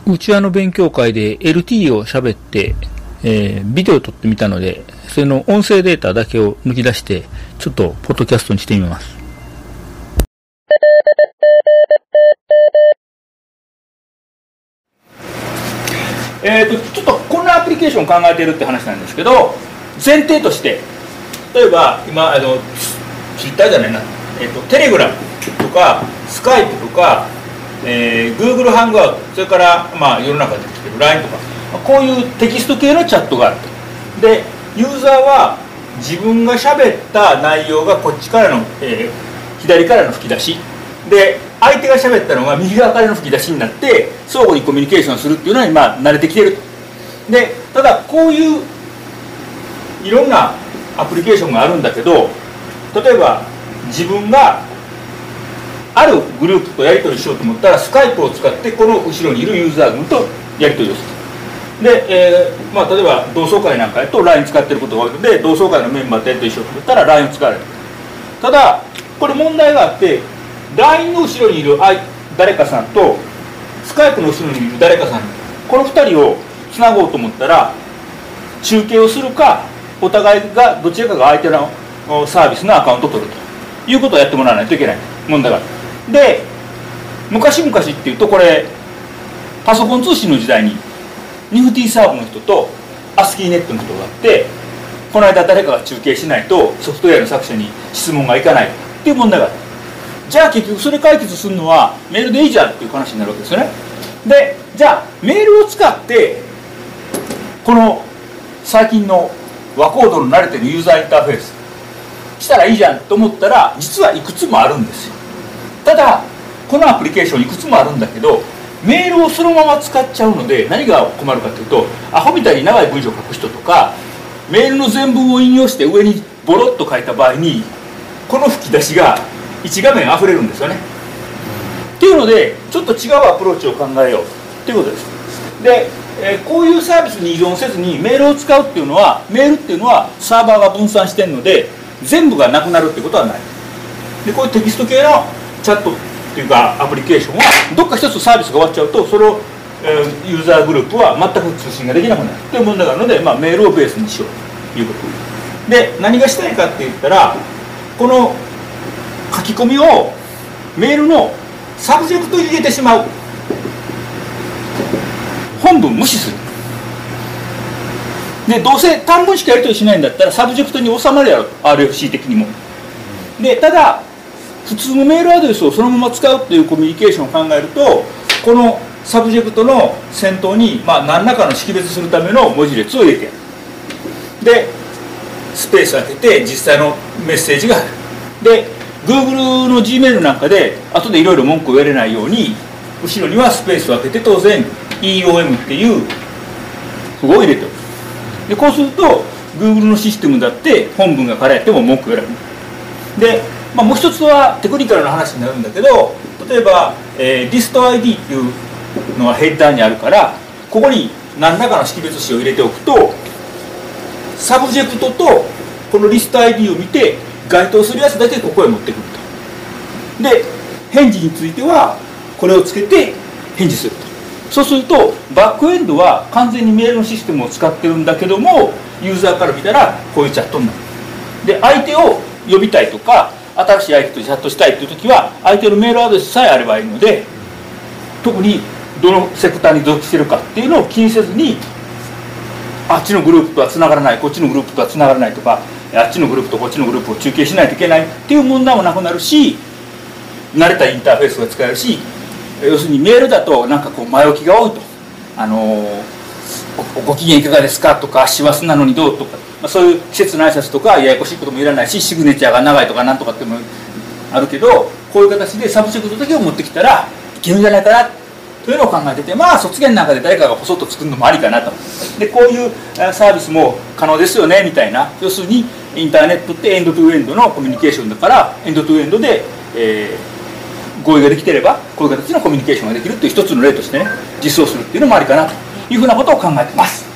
うちわの勉強会で LT を喋って、ビデオを撮ってみたので、それの音声データだけを抜き出して、ちょっとポッドキャストにしてみます。ちょっとこんなアプリケーションを考えているって話なんですけど、前提として、例えば今ツイッターじゃないな、テレグラムとかスカイプとか、Google ハングアウト、それから、世の中で出てきてる LINE とか、こういうテキスト系のチャットがあると。でユーザーは自分が喋った内容がこっちからの、左からの吹き出しで、相手が喋ったのが右側からの吹き出しになって相互にコミュニケーションするっていうのは今慣れてきてる。でただこういういろんなアプリケーションがあるんだけど、例えば自分があるグループとやり取りしようと思ったらスカイプを使ってこの後ろにいるユーザー群とやり取りをする。で、例えば同窓会なんかやと LINE 使ってることが多いので、同窓会のメンバーとやり取りしようと思ったら LINE を使われる。ただこれ問題があって、 LINE の後ろにいる誰かさんとスカイプの後ろにいる誰かさん、この2人をつなごうと思ったら中継をするか、お互いがどちらかが相手のサービスのアカウントを取るということをやってもらわないといけない問題がある。で昔々っていうと、これパソコン通信の時代にニフティサーブの人とアスキーネットの人があって、この間誰かが中継しないとソフトウェアの作者に質問がいかないっていう問題がある。じゃあ結局それ解決するのはメールでいいじゃんっていう話になるわけですよね。でじゃあメールを使ってこの最近の和コードの慣れてるユーザーインターフェースしたらいいじゃんと思ったら、実はいくつもあるんですよ。ただこのアプリケーションいくつもあるんだけど、メールをそのまま使っちゃうので何が困るかというと、アホみたいに長い文章を書く人とか、メールの全文を引用して上にボロッと書いた場合にこの吹き出しが1画面溢れるんですよね。っていうのでちょっと違うアプローチを考えようということです。で、こういうサービスに依存せずにメールを使うっていうのは、メールっていうのはサーバーが分散してるので全部がなくなるってことはない。でこういうテキスト系のチャットっていうかアプリケーションはどっか一つサービスが終わっちゃうと、そのユーザーグループは全く通信ができなくなるという問題があるので、メールをベースにしようということで、何がしたいかって言ったら、この書き込みをメールのサブジェクトに入れてしまう。本文無視する。でどうせ短文しかやり取りしないんだったらサブジェクトに収まるやろと、 RFC 的にも。でただ普通のメールアドレスをそのまま使うっていうコミュニケーションを考えると、このサブジェクトの先頭に何らかの識別するための文字列を入れてやる。でスペースを開けて実際のメッセージがある。で Google の Gmail なんかで後でいろいろ文句を言われないように後ろにはスペースを開けて、当然 EOM っていう符号を入れておく。でこうすると Google のシステムだって本文が空やっても文句を言われる。でもう一つはテクニカルな話になるんだけど、例えば、ListID っていうのはヘッダーにあるから、ここに何らかの識別子を入れておくと、サブジェクトとこの ListID を見て該当するやつだけここへ持ってくると。で返事についてはこれをつけて返事すると。そうするとバックエンドは完全にメールのシステムを使ってるんだけども、ユーザーから見たらこういうチャットになる。で相手を呼びたいとか新しい相手とチャットしたいという時は相手のメールアドレスさえあればいいので、特にどのセクターに属しているかっていうのを気にせずに、あっちのグループとはつながらない、こっちのグループとはつながらないとか、あっちのグループとこっちのグループを中継しないといけないっていう問題もなくなるし、慣れたインターフェースが使えるし、要するにメールだとなんかこう前置きが多いと、ご機嫌いかがですかとか、師走なのにどうとか、そういう季節の挨拶とかややこしいこともいらないし、シグネチャーが長いとかなんとかってもあるけど、こういう形でサブジェクトだけを持ってきたらいけるんじゃないかなというのを考えてて、卒言なんかで誰かがポソッと作るのもありかなと。でこういうサービスも可能ですよねみたいな。要するにインターネットってエンドトゥエンドのコミュニケーションだから、エンドトゥエンドで、合意ができてればこういう形のコミュニケーションができるっていう一つの例としてね、実装するっていうのもありかなというふうなことを考えてます。